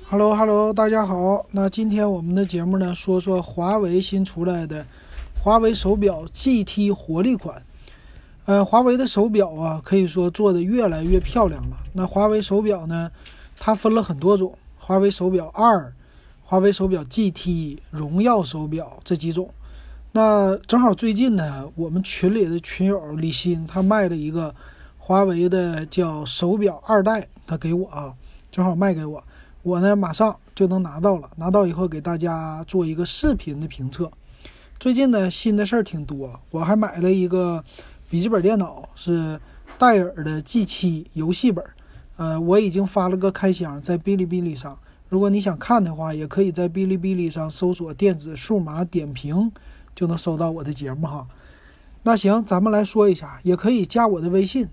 h e l l o h e l l o 大家好。那今天我们的节目呢，说说华为新出来的华为手表 GT 活力款。华为的手表啊，可以说做得越来越漂亮了。那华为手表呢，它分了很多种，华为手表2、华为手表 GT、荣耀手表这几种。那正好最近呢，我们群里的群友李欣他卖了一个华为的叫手表2代，他给我啊，正好卖给我。我呢马上就能拿到了，拿到以后给大家做一个视频的评测。最近呢新的事儿挺多，我还买了一个笔记本电脑，是戴尔的 G7 游戏本。我已经发了个开箱在哔哩哔哩上，如果你想看的话，也可以在哔哩哔哩上搜索电子数码点评，就能搜到我的节目哈。那行，咱们来说一下，也可以加我的微信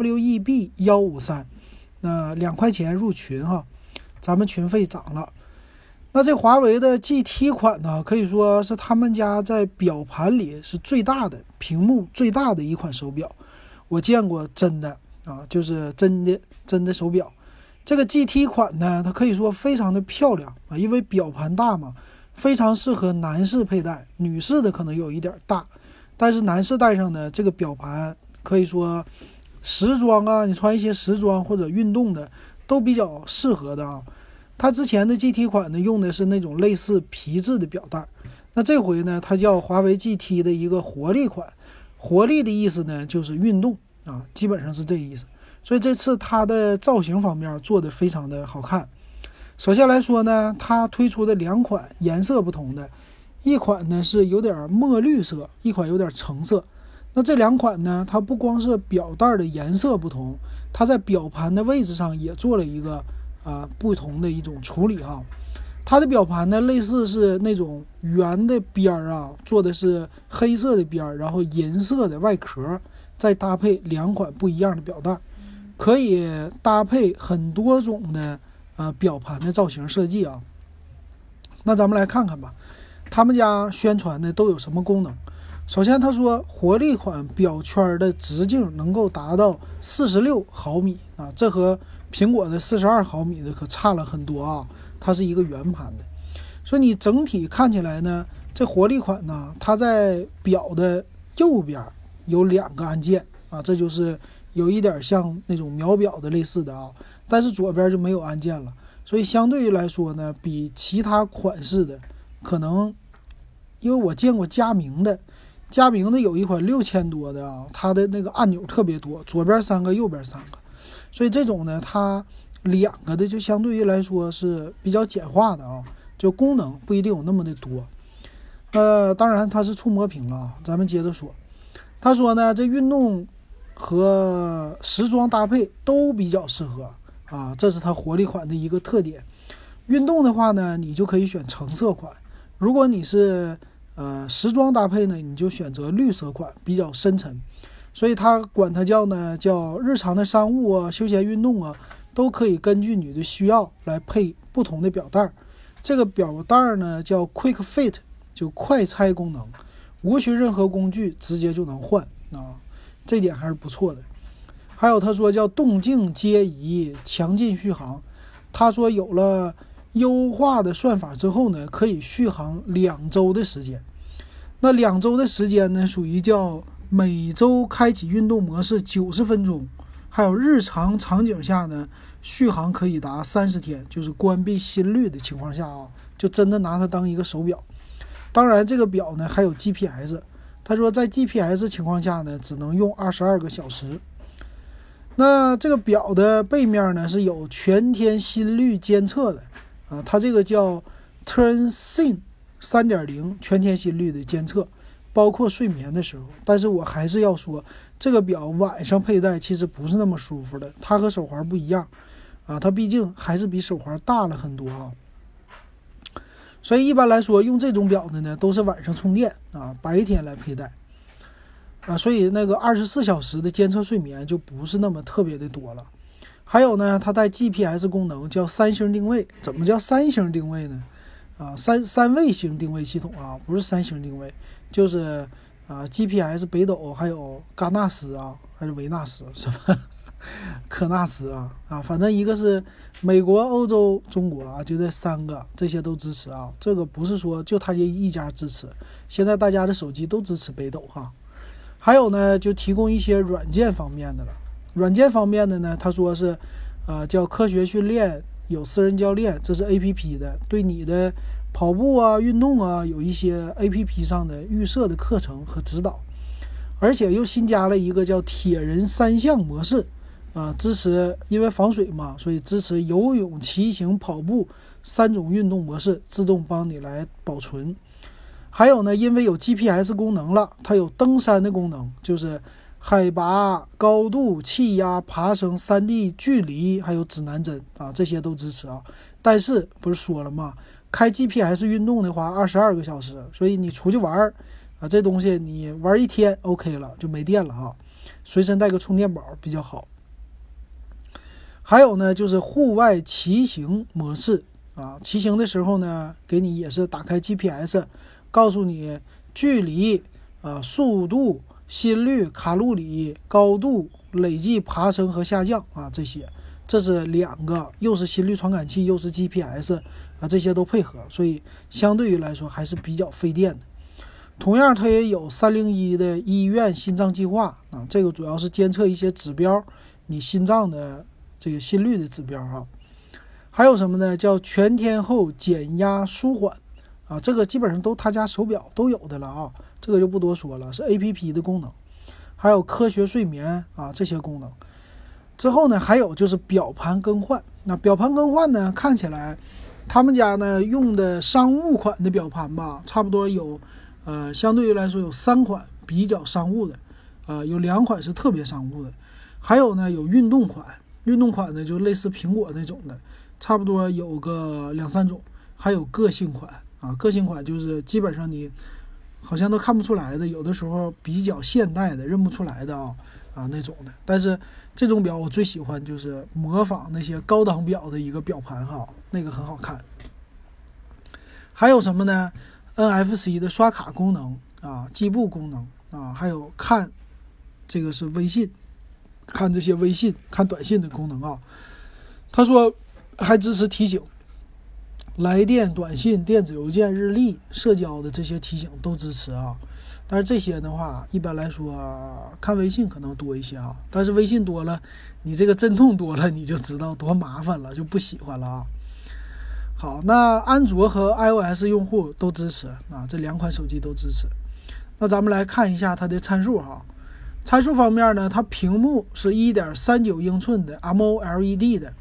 WEB153，那2块钱入群哈。咱们群费涨了。那这华为的 GT 款呢，可以说是他们家在表盘里是最大的，屏幕最大的一款手表。我见过真的啊，就是真的手表。这个 GT 款呢，它可以说非常的漂亮啊，因为表盘大嘛，非常适合男士佩戴，女士的可能有一点大，但是男士戴上呢，这个表盘可以说时装啊，你穿一些时装或者运动的都比较适合的啊。它之前的 GT 款呢，用的是那种类似皮质的表带，那这回呢，它叫华为 GT 的一个活力款。活力的意思呢，就是运动啊，基本上是这个意思。所以这次它的造型方面做得非常的好看。首先来说呢，它推出的2款颜色不同的，一款呢是有点墨绿色，一款有点橙色。那这2款呢，它不光是表带的颜色不同，它在表盘的位置上也做了一个不同的一种处理哈。它的表盘呢，类似是那种圆的边啊，做的是黑色的边，然后银色的外壳，再搭配2款不一样的表带，可以搭配很多种的表盘的造型设计啊。那咱们来看看吧，他们家宣传的都有什么功能。首先他说活力款表圈的直径能够达到46毫米啊，这和苹果的42毫米的可差了很多啊，它是一个圆盘的。所以你整体看起来呢，这活力款呢，它在表的右边有2个按键啊，这就是有一点像那种秒表的类似的啊，但是左边就没有按键了。所以相对于来说呢，比其他款式的可能，因为我见过佳明的有一款6000多的啊，它的那个按钮特别多，左边3个，右边3个。所以这种呢，它2个的就相对于来说是比较简化的啊，就功能不一定有那么的多。当然它是触摸屏了啊。咱们接着说，他说呢，这运动和时装搭配都比较适合啊，这是它活力款的一个特点。运动的话呢，你就可以选橙色款；如果你是时装搭配呢，你就选择绿色款，比较深沉。所以它管它叫日常的商务啊、休闲运动啊，都可以根据你的需要来配不同的表带。这个表带呢叫 Quick Fit， 就快拆功能，无需任何工具直接就能换啊，这点还是不错的。还有他说叫动静皆宜，强劲续航。他说有了优化的算法之后呢，可以续航2周的时间。那2周的时间呢，属于叫每周开启运动模式90分钟，还有日常场景下呢，续航可以达30天，就是关闭心率的情况下啊，就真的拿它当一个手表。当然这个表呢还有 GPS， 他说在 GPS 情况下呢，只能用22个小时。那这个表的背面呢是有全天心率监测的啊，它这个叫 TurnSync 3.0 全天心率的监测，包括睡眠的时候。但是我还是要说，这个表晚上佩戴其实不是那么舒服的，它和手环不一样啊，它毕竟还是比手环大了很多啊。所以一般来说用这种表的呢，都是晚上充电啊，白天来佩戴啊，所以那个24小时的监测睡眠就不是那么特别的多了。还有呢，它带 GPS 功能，叫3星定位。怎么叫3星定位呢？三位星定位系统啊，不是3星定位，就是GPS 北斗还有戛纳斯啊，还是维纳斯什么科纳斯反正一个是美国、欧洲、中国就这3个，这些都支持这个不是说就他一家支持，现在大家的手机都支持北斗还有呢，就提供一些软件方面的了。软件方面的呢，他说是叫科学训练，有私人教练，这是 APP 的，对你的跑步运动有一些 APP 上的预设的课程和指导。而且又新加了一个叫铁人3项模式支持，因为防水嘛，所以支持游泳、骑行、跑步3种运动模式，自动帮你来保存。还有呢，因为有 GPS 功能了，它有登山的功能，就是海拔、高度、气压、爬升、3D 距离，还有指南针这些都支持但是不是说了吗？开 GPS 运动的话22个小时，所以你出去玩这东西你玩1天 OK 了，就没电了随身带个充电宝比较好。还有呢，就是户外骑行模式骑行的时候呢，给你也是打开 GPS， 告诉你距离速度、心率、卡路里、高度、累计爬升和下降这些，这是2个，又是心率传感器又是 GPS 这些都配合，所以相对于来说还是比较费电的。同样它也有301的医院心脏计划这个主要是监测一些指标，你心脏的这个心率的指标还有什么呢？叫全天候减压舒缓这个基本上都他家手表都有的了这个就不多说了，是 APP 的功能。还有科学睡眠这些功能。之后呢，还有就是表盘更换。那表盘更换呢，看起来他们家呢用的商务款的表盘吧，差不多有相对于来说有3款比较商务的有2款是特别商务的，还有呢有运动款。运动款呢就类似苹果那种的，差不多有个2-3种。还有个性款个性款就是基本上你好像都看不出来的，有的时候比较现代的认不出来的那种的。但是这种表我最喜欢就是模仿那些高档表的一个表盘那个很好看。还有什么呢？ NFC 的刷卡功能计步功能还有看这个是微信，看这些微信看短信的功能他说还支持提醒，来电、短信、电子邮件、日历、社交的这些提醒都支持但是这些的话一般来说看微信可能多一些但是微信多了你这个震动多了你就知道多麻烦了，就不喜欢了好，那安卓和 iOS 用户都支持这2款手机都支持。那咱们来看一下它的参数参数方面呢，它屏幕是 1.39 英寸的 AMOLED 的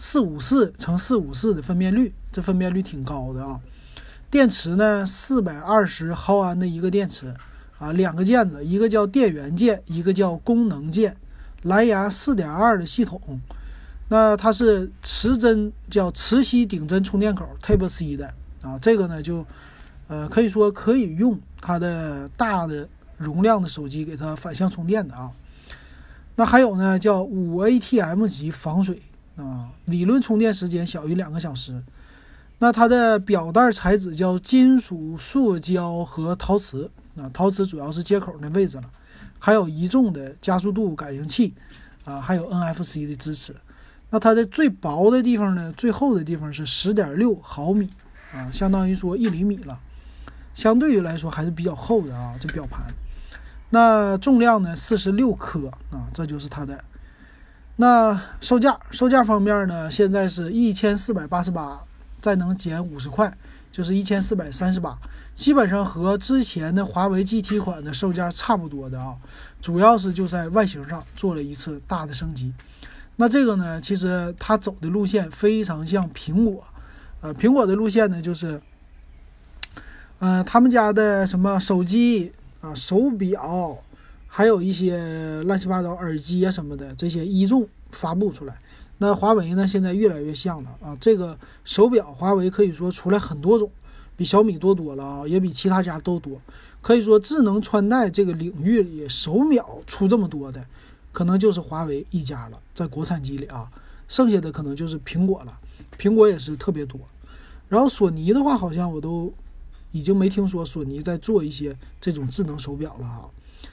454x454的分辨率，这分辨率挺高的电池呢420毫安的一个电池2个键子，一个叫电源键，一个叫功能键，蓝牙 4.2 的系统。那它是叫磁吸顶针充电口 Type C 的这个呢就可以说可以用它的大的容量的手机给它反向充电的那还有呢叫5ATM 级防水理论充电时间小于2个小时。那它的表带材质叫金属、塑胶和陶瓷陶瓷主要是接口的位置了。还有1重的加速度感应器还有 NFC 的支持。那它的最薄的地方呢，最厚的地方是 10.6 毫米相当于说1厘米了，相对于来说还是比较厚的这表盘。那重量呢46克这就是它的。那售价方面呢，现在是1488，再能减50块，就是1438，基本上和之前的华为 GT 款的售价差不多的主要是就在外形上做了一次大的升级。那这个呢，其实它走的路线非常像苹果，苹果的路线呢就是，他们家的什么手机手表，还有一些乱七八糟耳机什么的，这些1重发布出来。那华为呢，现在越来越像了这个手表，华为可以说出来很多种，比小米多了也比其他家都多。可以说智能穿戴这个领域里，手表出这么多的。可能就是华为一家了，在国产机里剩下的可能就是苹果了，苹果也是特别多。然后索尼的话，好像我都已经没听说索尼在做一些这种智能手表了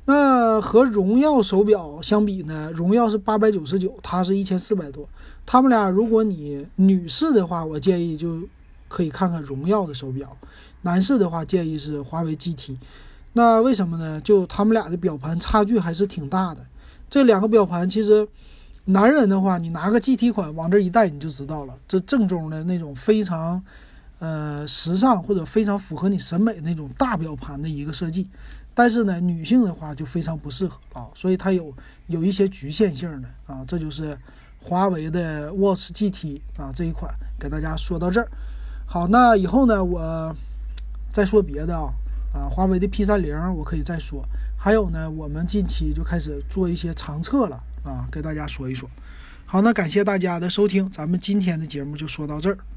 那和荣耀手表相比呢，荣耀是899，它是1400多。他们俩如果你女士的话，我建议就可以看看荣耀的手表；男士的话，建议是华为 GT。那为什么呢？就他们俩的表盘差距还是挺大的。这两个表盘其实，男人的话，你拿个 GT 款往这一戴你就知道了，这正宗的那种非常时尚或者非常符合你审美那种大表盘的一个设计。但是呢，女性的话就非常不适合啊，所以它有一些局限性的啊。这就是华为的 Watch GT 啊这一款，给大家说到这儿。好，那以后呢，我再说别的华为的 P30我可以再说。还有呢，我们近期就开始做一些长测了啊，给大家说一说。好，那感谢大家的收听，咱们今天的节目就说到这儿。